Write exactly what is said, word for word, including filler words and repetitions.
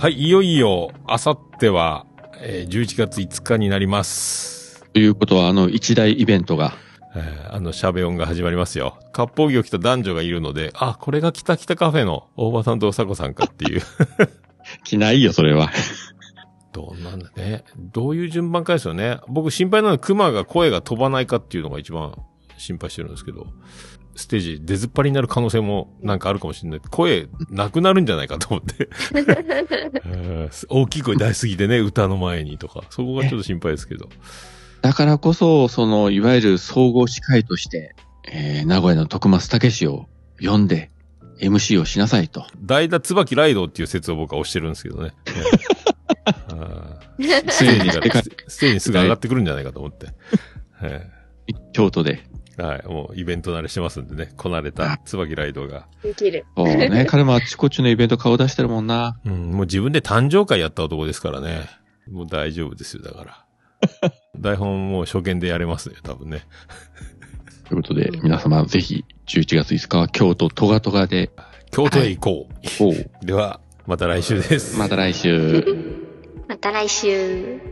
はい、いよいよ、あさっては、えー、じゅういちがついつかになります。 ということは、あの、一大イベントが。 えー、あの、シャベオンが始まりますよ。割烹着を着た男女がいるので、あ、これが北北カフェの大場さんとおさこさんかっていう。 着ないよ、それは。 どうなんだね。どういう順番かですよね。僕心配なのは熊が声が飛ばないかっていうのが一番心配してるんですけど、ステージ出ずっぱりになる可能性もなんかあるかもしれない。声なくなるんじゃないかと思って。大きい声出しすぎてね、歌の前にとか。そこがちょっと心配ですけど。 だからこそ、その、いわゆる総合司会として、えー、名古屋の徳松武史を呼んで、エムシー をしなさいと。 代打椿ライドっていう説を僕は推してるんですけどね。ステージが、ステージにすぐ上がってくるんじゃないかと思って。 京都で。 はい。もうイベント慣れしてますんでね。こなれた椿ライドが。 できる。 そうね。彼もあっちこっちのイベント顔出してるもんな。 うん。もう自分で誕生会やった男ですからね。もう大丈夫ですよ、だから。台本もう初見でやれますね、多分ね。 ということで、皆様ぜひじゅういちがついつかは京都トガトガで。 京都へ行こう。 はい、 では、また来週です。 また来週。 また来週。